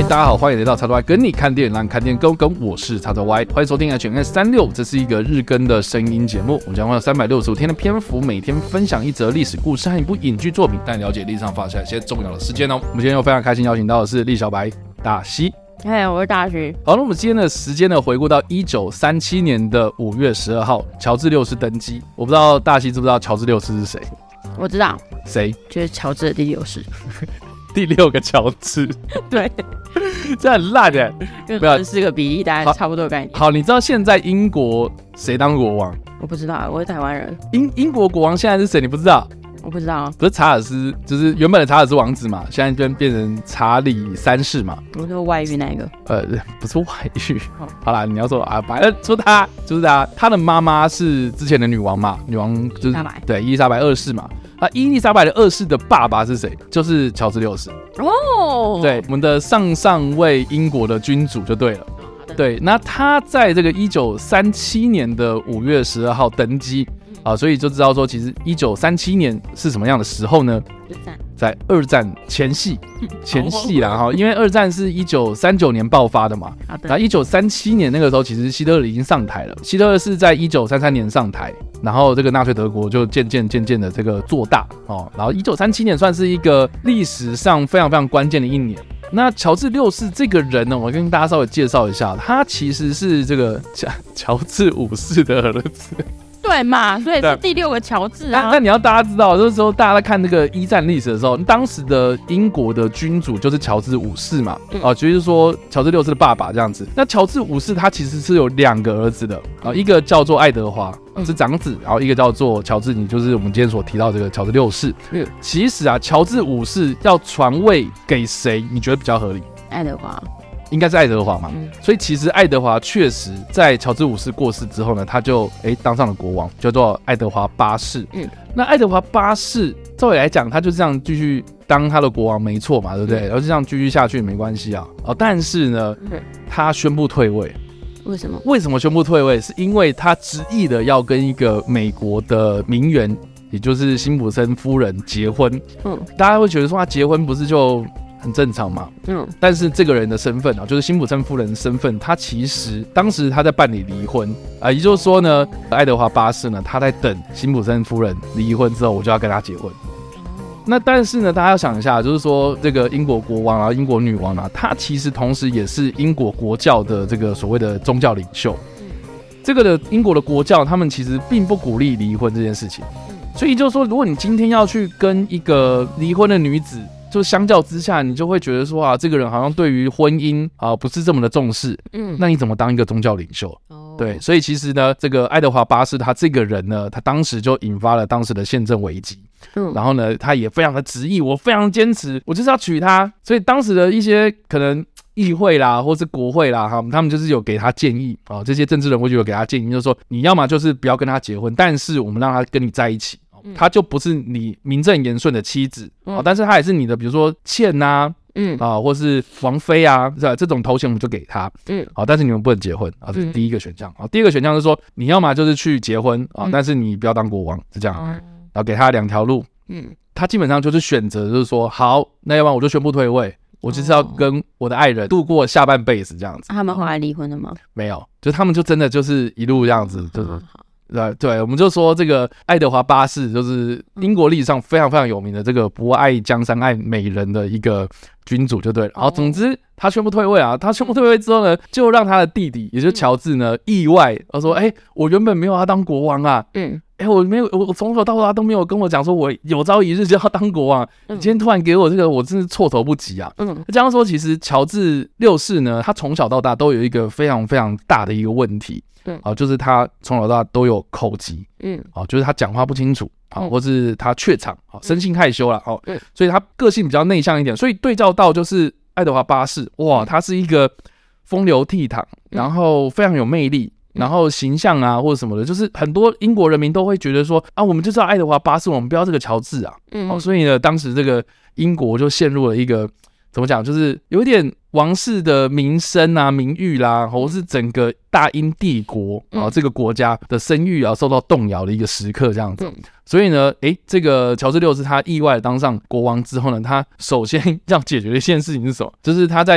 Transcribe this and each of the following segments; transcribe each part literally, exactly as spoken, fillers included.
大家好，欢迎来到叉叉 Y 跟你看电影，让你看电影更跟，我是叉叉 Y， 欢迎收听 H N S 三六，这是一个日更的声音节目，我们将会有三百六十五天的篇幅，每天分享一则历史故事和一部影剧作品，带你了解历史上发生一些重要的事件哦。我们今天又非常开心邀请到的是厉小白大西。 嘿，我是大徐。 好，那我们今天的时间呢，回顾到一九三七年的五月十二号，乔治六世登基。我不知道大西知不知道乔治六世是谁？ 我知道， 谁？ 就是乔治的第六世。 第六个乔治。 对， 这很烂哎， 跟二十四个比例大概差不多的概念。 好，你知道现在英国谁当国王？ 我不知道，我是台湾人。 英英国国王现在是谁？你不知道？ 我不知道， 不是查尔斯，就是原本的查尔斯王子嘛，现在就变成查理三世嘛。 我说外遇那个， 呃，不是外遇。好啦，你要说啊，反正说他就是他，他的妈妈是之前的女王嘛，女王就是对伊丽莎白二世嘛。啊，伊丽莎白的二世的爸爸是谁？就是乔治六世。 哦， 对，我们的上上位英国的君主就对了。对，那他在这个一九三七年的五月十二号登基啊，所以就知道说，其实一九三七年是什么样的时候呢？在二战前夕，前夕啦哈，因为二战是一九三九年爆发的嘛，然后一九三七年那个时候，其实希特勒已经上台了。希特勒是在一九三三年上台，然后这个纳粹德国就渐渐渐渐的这个做大哦，然后一九三七年算是一个历史上非常非常关键的一年。那乔治六世这个人呢，我跟大家稍微介绍一下，他其实是这个乔治五世的儿子。 对嘛，所以是第六个乔治啊。 那你要大家知道，就是说大家在看这个一战历史的时候，当时的英国的君主就是乔治五世嘛，嗯、哦，就是说乔治六世的爸爸这样子。那乔治五世他其实是有两个儿子的啊，一个叫做爱德华是长子，然后一个叫做乔治，你就是我们今天所提到这个乔治六世。嗯、其实啊，乔治五世要传位给谁，你觉得比较合理？ 爱德华。 应该是爱德华嘛、嗯，所以其实爱德华确实在乔治五世过世之后呢，他就哎当上了国王，叫做爱德华八世。嗯，那爱德华八世照理来讲，他就这样继续当他的国王没错嘛，对不对？嗯、然后就这样继续下去没关系啊。哦，但是呢，嗯、他宣布退位。 为什么？ 为什么宣布退位？是因为他执意的要跟一个美国的名媛，也就是辛普森夫人结婚。嗯，大家会觉得说他结婚不是就很正常嘛，嗯，但是这个人的身份啊，就是辛普森夫人的身份，他其实当时他在办理离婚啊、呃，也就是说呢，爱德华八世呢，他在等辛普森夫人离婚之后，我就要跟他结婚。那但是呢，大家要想一下，就是说这个英国国王啊，英国女王啊，她其实同时也是英国国教的这个所谓的宗教领袖。这个的英国的国教，他们其实并不鼓励离婚这件事情。所以就是说，如果你今天要去跟一个离婚的女子，就相较之下，你就会觉得说啊，这个人好像对于婚姻啊不是这么的重视，嗯，那你怎么当一个宗教领袖？哦，对，所以其实呢，这个爱德华八世他这个人呢，他当时就引发了当时的宪政危机，嗯，然后呢，他也非常的执意，我非常坚持，我就是要娶她，所以当时的一些可能议会啦，或是国会啦，哈，他们就是有给他建议啊、哦，这些政治人物就有给他建议，就是说你要么就是不要跟他结婚，但是我们让他跟你在一起。他就不是你名正言顺的妻子、嗯哦、但是他也是你的，比如说妾啊，嗯啊，或是王妃啊，这种头衔我们就给他，嗯，好、哦，但是你们不能结婚啊，这是第一个选项啊、嗯。第二个选项是说，你要么就是去结婚啊、嗯，但是你不要当国王，是这样，嗯、然后给他两条路，嗯，他基本上就是选择，就是说，好，那要不然我就宣布退位，我就是要跟我的爱人度过下半辈子这样子。 他们后来离婚了吗？ 没有，就他们就真的就是一路这样子，就是。对对，我们就说这个爱德华八世就是英国历史上非常非常有名的这个不爱江山爱美人的一个君主，就对了。然后总之他宣布退位啊，他宣布退位之后呢，就让他的弟弟，也就是乔治呢，意外他说：“哎、欸，我原本没有要当国王啊，嗯，哎、欸，我没有，我从头到尾都没有跟我讲说我有朝一日就要当国王，你今天突然给我这个，我真是措手不及啊。”嗯，这样说，其实乔治六世呢，他从小到大都有一个非常非常大的一个问题。嗯，好，就是他从小到大都有口疾，嗯，好，就是他讲话不清楚，好，嗯、或是他怯场，好，生性害羞了，好，嗯，所以他个性比较内向一点，所以对照到就是爱德华八世，哇，他是一个风流倜傥，然后非常有魅力，然后形象啊或者什么的，就是很多英国人民都会觉得说啊，我们就是要爱德华八世，我们不要这个乔治啊，嗯，好，所以呢，当时这个英国就陷入了一个怎么讲，就是有一点王室的名声啊、名誉啦，或是整个大英帝国啊、嗯、这个国家的声誉啊受到动摇的一个时刻，这样子。嗯、所以呢，哎，这个乔治六世他意外当上国王之后呢，他首先要解决的一件事情是什么？就是他在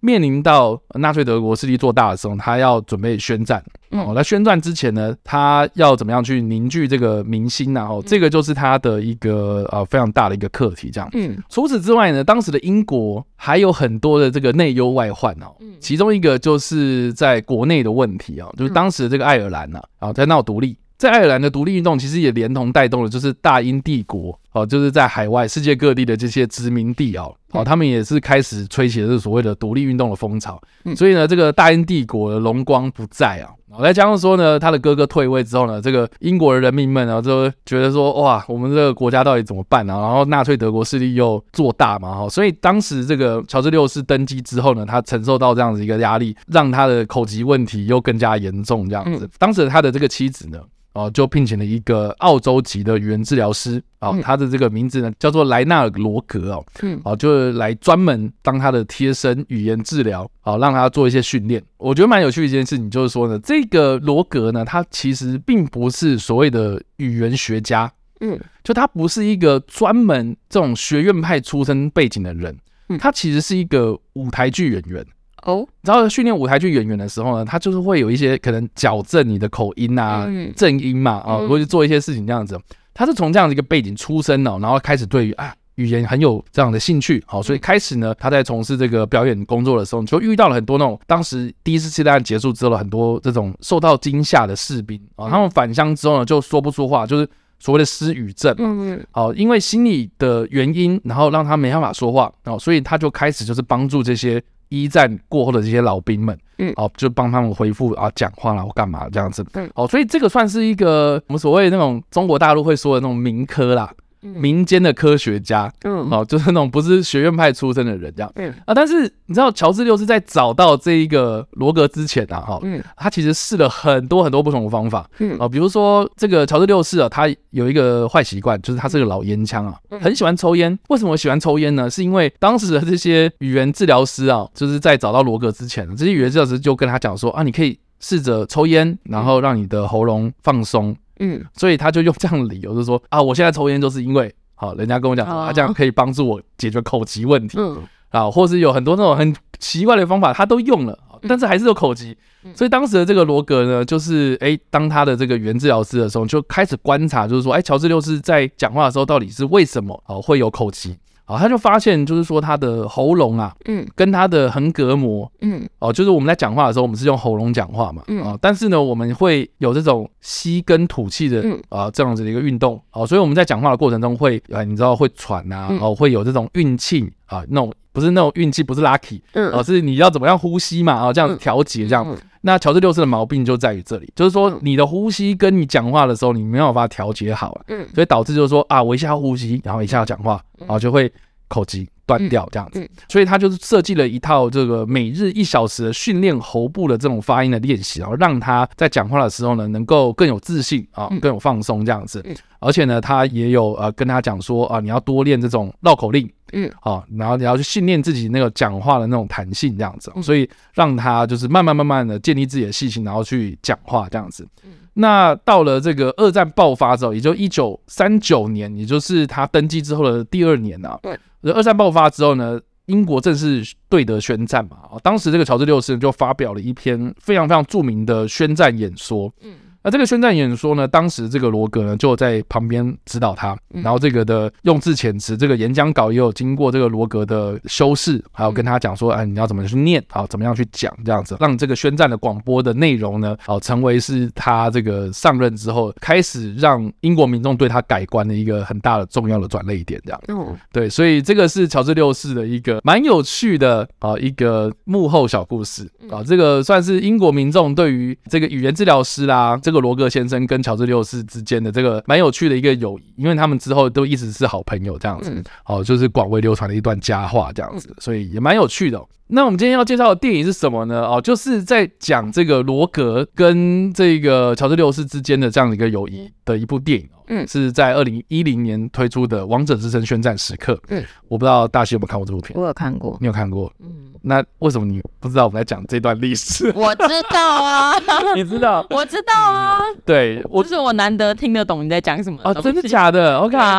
面临到纳粹德国势力做大的时候，他要准备宣战。哦，那宣战之前呢，他要怎么样去凝聚这个民心啊？哦，这个就是他的一个呃非常大的一个课题，这样。嗯，除此之外呢，当时的英国还有很多的这个内忧外患哦。嗯，其中一个就是在国内的问题啊，就是当时的这个爱尔兰啊，啊在闹独立。在爱尔兰的独立运动其实也连同带动了就是大英帝国哦，就是在海外世界各地的这些殖民地哦，哦他们也是开始吹起了这所谓的独立运动的风潮。嗯，所以呢，这个大英帝国的荣光不再啊。再加上说呢，他的哥哥退位之后呢，这个英国的人民们呢就觉得说，哇，我们这个国家到底怎么办啊？然后纳粹德国势力又做大嘛，所以当时这个乔治六世登基之后呢，他承受到这样子一个压力，让他的口疾问题又更加严重这样子。嗯，当时他的这个妻子呢，哦，就聘请了一个澳洲籍的语言治疗师，哦，他的这个名字呢叫做莱纳尔罗格哦，嗯，哦，就是来专门当他的贴身语言治疗，哦，让他做一些训练。我觉得蛮有趣的一件事情就是说呢，这个罗格呢，他其实并不是所谓的语言学家，嗯，就他不是一个专门这种学院派出身背景的人，嗯，他其实是一个舞台剧演员。哦，然后训练舞台剧演员的时候呢，他就是会有一些可能矫正你的口音啊、嗯、正音嘛，啊、哦，或者做一些事情这样子。他是从这样的一个背景出身哦，然后开始对于啊语言很有这样的兴趣，好，所以开始呢，他在从事这个表演工作的时候，就遇到了很多那种当时第一次世界大战结束之后，很多这种受到惊吓的士兵啊，他们返乡之后呢，就说不出话，就是所谓的失语症，嗯，好，因为心理的原因，然后让他没办法说话，哦，所以他就开始就是帮助这些一战过后的这些老兵们，嗯，好，就帮他们恢复啊讲话啦或干嘛这样子，嗯，好，所以这个算是一个我们所谓那种中国大陆会说的那种民科啦。民间的科学家，嗯，哦，就是那种不是学院派出身的人这样，嗯啊，但是你知道乔治六世在找到这一个罗格之前啊，哈，嗯，他其实试了很多很多不同的方法，嗯，哦，比如说这个乔治六世啊，他有一个坏习惯，就是他是个老烟枪啊，很喜欢抽烟。为什么喜欢抽烟呢？是因为当时的这些语言治疗师啊，就是在找到罗格之前，这些语言治疗师就跟他讲说啊，你可以试着抽烟，然后让你的喉咙放松。嗯，所以他就用这样的理由，就是说啊，我现在抽烟就是因为，好，人家跟我讲，他、啊、这样可以帮助我解决口疾问题，嗯，啊，或是有很多那种很奇怪的方法，他都用了，但是还是有口疾，嗯、所以当时的这个罗格呢，就是哎，当他的这个语言治疗师的时候，就开始观察，就是说，哎，乔治六世在讲话的时候，到底是为什么啊会有口疾？好，他就发现就是说他的喉咙啊，嗯，跟他的横膈膜，嗯，哦，就是我们在讲话的时候，我们是用喉咙讲话嘛，嗯，啊，但是呢，我们会有这种吸跟吐气的，嗯，啊，这样子的一个运动，哦，所以我们在讲话的过程中会，啊，你知道会喘啊，嗯、哦，会有这种运气啊，那种不是那种运气，不是 lucky， 嗯，而、啊、是你要怎么样呼吸嘛，啊，这样调节这样。嗯嗯那乔治六世的毛病就在于这里，就是说你的呼吸跟你讲话的时候，你没有办法调节好了，嗯，所以导致就是说啊，我一下要呼吸，然后一下要讲话，然后就会口疾断掉这样子，所以他就是设计了一套这个每日一小时的训练喉部的这种发音的练习，然后让他在讲话的时候呢，能够更有自信啊，更有放松这样子，而且呢，他也有呃跟他讲说啊，你要多练这种绕口令。嗯，好，然后你要去训练自己那个讲话的那种弹性，这样子，所以让他就是慢慢慢慢的建立自己的信心，然后去讲话这样子。那到了这个二战爆发之后，也就一九三九年，也就是他登基之后的第二年啊。对，二战爆发之后呢，英国正式对德宣战嘛。当时这个乔治六世就发表了一篇非常非常著名的宣战演说。嗯。那这个宣战演说呢，当时这个罗格呢就在旁边指导他，然后这个的用字遣词，这个演讲稿也有经过这个罗格的修饰，还有跟他讲说，哎，你要怎么去念，好，怎么样去讲，这样子，让这个宣战的广播的内容呢，好，成为是他这个上任之后开始让英国民众对他改观的一个很大的重要的转捩点，这样。嗯，对，所以这个是乔治六世的一个蛮有趣的啊一个幕后小故事啊，这个算是英国民众对于这个语言治疗师啦，这个罗格先生跟乔治六世之间的这个蛮有趣的一个友谊，因为他们之后都一直是好朋友这样子，嗯、哦，就是广为流传的一段佳话这样子，所以也蛮有趣的、哦。那我们今天要介绍的电影是什么呢？哦，就是在讲这个罗格跟这个乔治六世之间的这样的一个友谊的一部电影、哦、嗯，是在二零一零年推出的《王者之声宣战时刻》。嗯，我不知道大西有没有看过这部片？ 我有看过。 你有看过？嗯，那为什么你不知道我们在讲这段历史？ 我知道啊， 你知道？ 我知道啊。 对，我就是我难得听得懂你在讲什么。 哦，真的假的 ？OK 啊，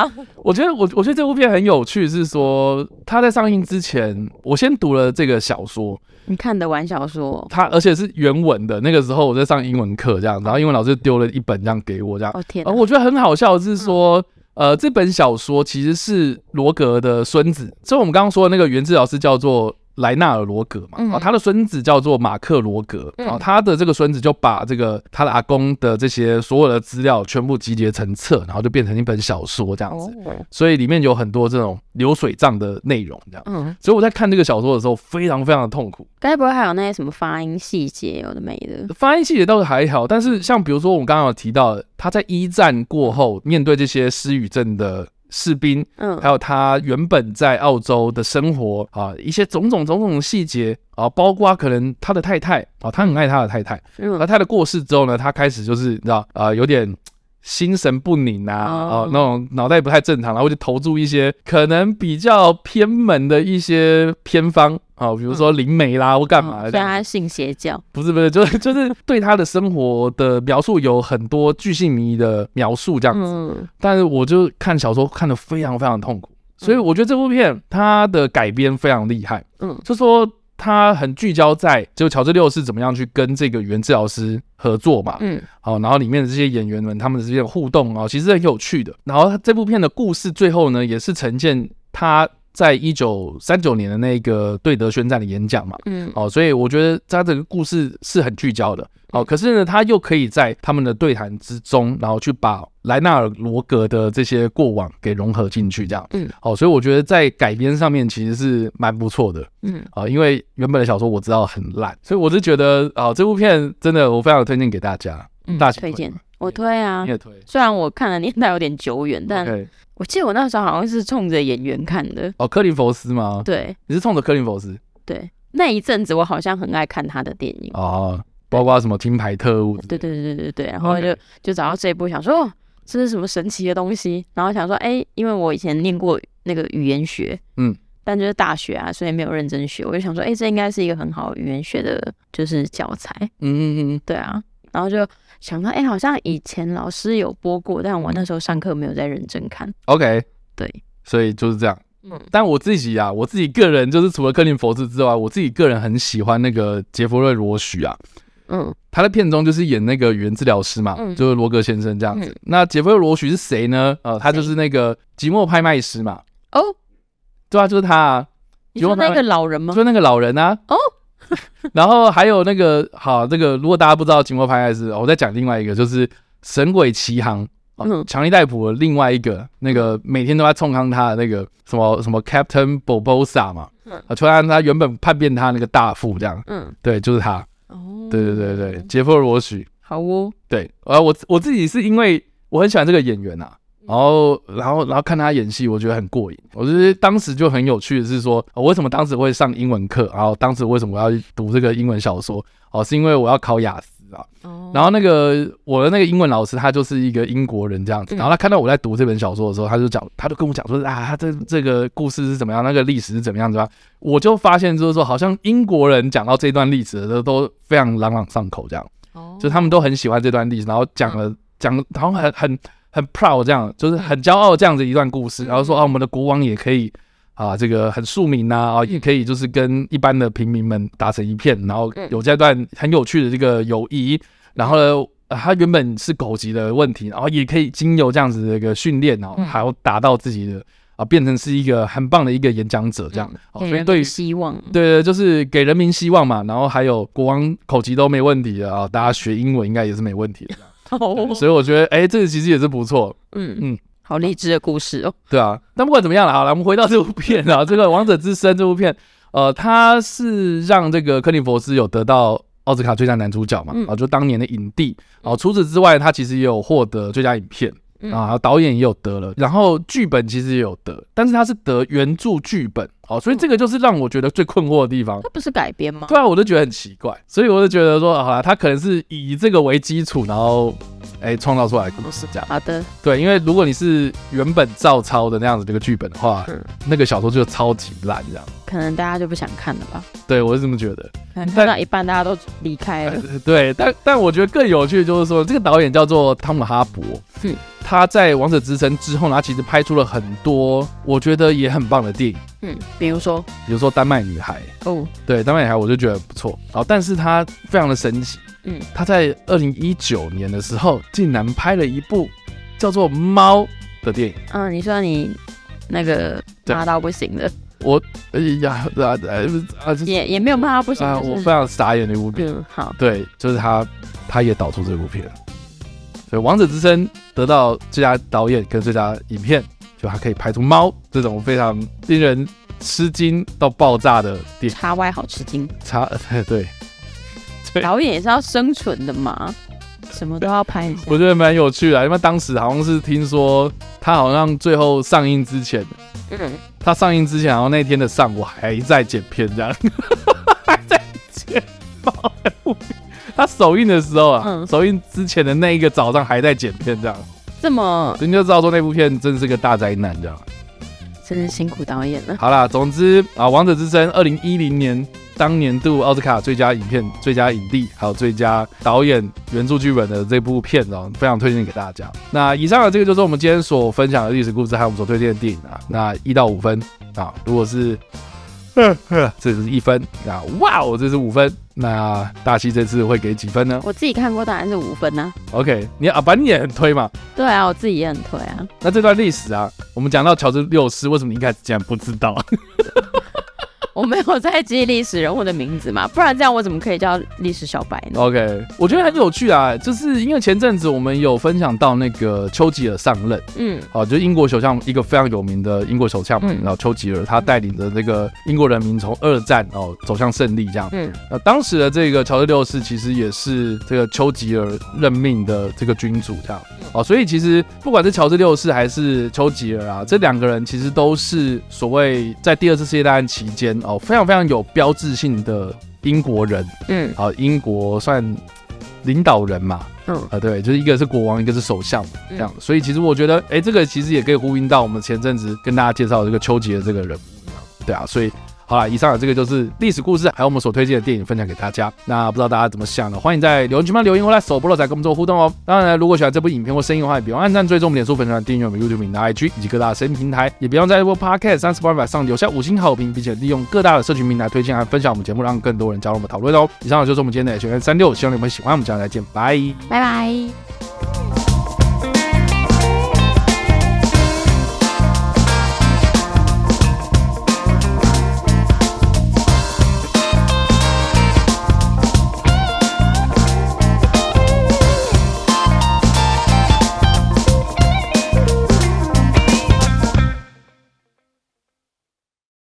我觉得我我觉得这部片很有趣，是说他在上映之前，我先读了这个小说。 你看得完小说？ 他而且是原文的。那个时候我在上英文课，这样，然后英文老师丢了一本这样给我，这样。 哦天！ 然后我觉得很好笑的是说。嗯呃，这本小说其实是罗格的孙子，所以我们刚刚说的那个原治疗师叫做莱纳尔罗格嘛，嗯哦、他的孙子叫做马克罗格，嗯哦、他的这个孙子就把这个他的阿公的这些所有的资料全部集结成册，然后就变成一本小说这样子，哦、所以里面有很多这种流水账的内容这样，嗯，所以我在看这个小说的时候非常非常的痛苦。 该不会还有那些什么发音细节有的没的？ 发音细节倒是还好，但是像比如说我们刚刚有提到的，他在一战过后面对这些失语症的士兵，嗯，还有他原本在澳洲的生活啊，一些种种种种的细节啊，包括可能他的太太啊，他很爱他的太太，嗯，而他的过世之后呢，他开始就是你知道啊、呃，有点心神不宁啊，哦、呃，那种脑袋不太正常，然后就投注一些可能比较偏门的一些偏方。哦，比如说灵媒啦，嗯、或干嘛的？ 所以他信邪教？ 不是不是，就是就是对他的生活的描述有很多巨细靡遗的描述这样子。嗯、但是我就看小说看得非常非常痛苦，所以我觉得这部片它的改编非常厉害。嗯，就说他很聚焦在就乔治六世怎么样去跟这个语言治疗师合作嘛。嗯，好，然后里面的这些演员们他们之间的互动啊，其实很有趣的。然后这部片的故事最后呢，也是呈现他。在一九三九年的那个对德宣战的演讲嘛，嗯，哦，所以我觉得他这个故事是很聚焦的，哦，可是呢，他又可以在他们的对谈之中，然后去把莱纳尔罗格的这些过往给融合进去，这样，嗯，哦，所以我觉得在改编上面其实是蛮不错的，嗯，啊、哦，因为原本的小说我知道很烂，所以我是觉得啊、哦，这部片真的我非常推荐给大家， 嗯，大推荐，我推啊， 你也推， 虽然我看的年代有点久远，但。 Okay. 我记得我那时候好像是冲着演员看的哦，科林佛斯吗？ 对， 你是冲着科林佛斯？ 对，那一阵子我好像很爱看他的电影哦，包括什么《金牌特务》。 对对对对对，然后就、okay. 就找到这一部，想说哦，这是什么神奇的东西？然后想说，哎、欸，因为我以前念过那个语言学，嗯，但就是大学啊，所以没有认真学。我就想说，哎、欸，这应该是一个很好语言学的，就是教材。嗯嗯嗯，对啊，然后就。想到哎、欸，好像以前老师有播过，但我那时候上课没有在认真看。 OK， 对， 所以就是这样。嗯，但我自己啊，我自己个人就是除了科林佛斯之外，我自己个人很喜欢那个杰弗瑞罗许啊。嗯，他在片中就是演那个语言治疗师嘛，嗯、就是罗格先生这样子。嗯、那杰弗瑞罗许是谁呢？呃，他就是那个寂寞拍卖师嘛。哦，对啊，就是他啊。 你说那个老人吗？ 就是那个老人啊。哦。然后还有那个好，这个如果大家不知道寂寞拍卖师，我再讲另外一个，就是《神鬼奇航》嗯，强尼戴普的另外一个那个每天都在冲康他的那个什么什么 Captain Barbossa 嘛，嗯，啊，突然他原本叛变他那个大副这样，嗯，对，就是他，哦，对对对对，杰弗罗许， 好哦， 对，呃，我我自己是因为我很喜欢这个演员啊。然后，然后，然后看他演戏，我觉得很过瘾。我觉得当时就很有趣的是说，我为什么当时会上英文课？然后当时为什么我要读这个英文小说？哦，是因为我要考雅思啊。哦。然后那个我的那个英文老师，他就是一个英国人这样子。然后他看到我在读这本小说的时候，他就讲，他就跟我讲说啊，他这这个故事是怎么样，那个历史是怎么样，对吧？我就发现就是说，好像英国人讲到这段历史的时候都非常朗朗上口，这样。哦。就他们都很喜欢这段历史，然后讲了讲，好像很很。很 proud 这样，就是很骄傲这样子一段故事，然后说啊，我们的国王也可以啊，这个很庶民啊，啊，也可以就是跟一般的平民们打成一片，然后有这段很有趣的这个友谊，然后呢，啊、他原本是狗急的问题，然后也可以经由这样子的一个训练，然后还要达到自己的啊，变成是一个很棒的一个演讲者这样， 嗯、所以对于希望， 对对，就是给人民希望嘛，然后还有国王口疾都没问题的啊，大家学英文应该也是没问题的。所以我觉得，哎、欸，这个其实也是不错。嗯嗯，好励志的故事哦。 对啊，但不管怎么样了，好了，我们回到这部片啊，这个《王者之声》这部片，呃，它是让这个科林佛斯有得到奥斯卡最佳男主角嘛，嗯、啊，就当年的影帝。啊，除此之外，他其实也有获得最佳影片啊，导演也有得了，然后剧本其实也有得，但是他是得原著剧本哦，所以这个就是让我觉得最困惑的地方。 它不是改编吗？ 对啊，我就觉得很奇怪，所以我就觉得说，好啦，他可能是以这个为基础，然后哎创造出来的故事这样。 好的， 对，因为如果你是原本照抄的那样子这个剧本的话，嗯、那个小说就超级烂这样。 可能大家就不想看了吧？ 对，我是这么觉得。 可能看到一半大家都离开了。 呃、对，但但我觉得更有趣的就是说，这个导演叫做汤姆哈伯。嗯。他在《王者之声》之后呢，他其实拍出了很多我觉得也很棒的电影， 嗯，比如说， 比如说《丹麦女孩》哦，对，《丹麦女孩》我就觉得不错，然后但是他非常的神奇，嗯，他在二零一九年的时候竟然拍了一部叫做《猫》的电影。 嗯，你说你那个骂到不行的， 我哎呀啊啊，也也没有骂到不行啊， 我非常傻眼的一部片。 嗯，好， 对，就是他，他也导出这部片。所以《王者之声》得到最佳导演跟最佳影片，就他可以拍出猫这种非常令人吃惊到爆炸的电影。 叉 Y 好吃惊， 叉对， 导演也是要生存的嘛，什么都要拍一下。 我觉得蛮有趣的，因为当时好像是听说他好像最后上映之前，嗯，他上映之前，然后那天的上午还在剪片，这样还在剪猫的部片。他首映的时候啊，嗯、首映之前的那一个早上还在剪片，这样， 这么， 你就知道说那部片真是个大灾难，这样， 真是辛苦导演了。 好啦，总之啊，《王者之声》二零一零年当年度奥斯卡最佳影片、最佳影帝，还有最佳导演原著剧本的这部片哦，非常推荐给大家。那以上的这个就是我们今天所分享的历史故事，还有我们所推荐的电影啊。那一到五分啊，如果是。这是一分，那哇哦，这是五分。那大西这次会给几分呢？ 我自己看过，当然是五分啊。 OK， 你啊，反正你也很推嘛。 对啊，我自己也很推啊。 那这段历史啊，我们讲到乔治六世，为什么你一开始竟然不知道？ 我没有在记历史人物的名字嘛，不然这样我怎么可以叫历史小白呢 ？OK， 我觉得很有趣啊，就是因为前阵子我们有分享到那个丘吉尔上任，嗯，好，就是英国首相一个非常有名的英国首相，嗯，然后丘吉尔他带领着这个英国人民从二战哦走向胜利这样，嗯，那当时的这个乔治六世其实也是这个丘吉尔任命的这个君主这样，哦，所以其实不管是乔治六世还是丘吉尔啊，这两个人其实都是所谓在第二次世界大战期间。哦，非常非常有标志性的英国人，嗯，好，英国算领导人嘛，嗯，啊，对，就是一个是国王，一个是首相，这样，嗯、所以其实我觉得，哎、欸，这个其实也可以呼应到我们前阵子跟大家介绍的这个丘吉尔这个人，对啊，所以。好啦，以上的这个就是历史故事，还有我们所推荐的电影分享给大家。那不知道大家怎么想呢？欢迎在留言区帮留言或来首播了才跟我们做互动哦。当然呢，如果喜欢这部影片或声音的话，也别忘按赞、追踪我们脸书粉丝团、订阅我们 YouTube 频道、I G 以及各大声音平台，也别忘在 Apple Podcast 三十八百上留下五星好评，并且利用各大的社群平台推荐和分享我们节目，让更多人加入我们讨论哦。以上就是我们今天的H N 三六，希望你们喜欢，我们下次再见，拜拜拜。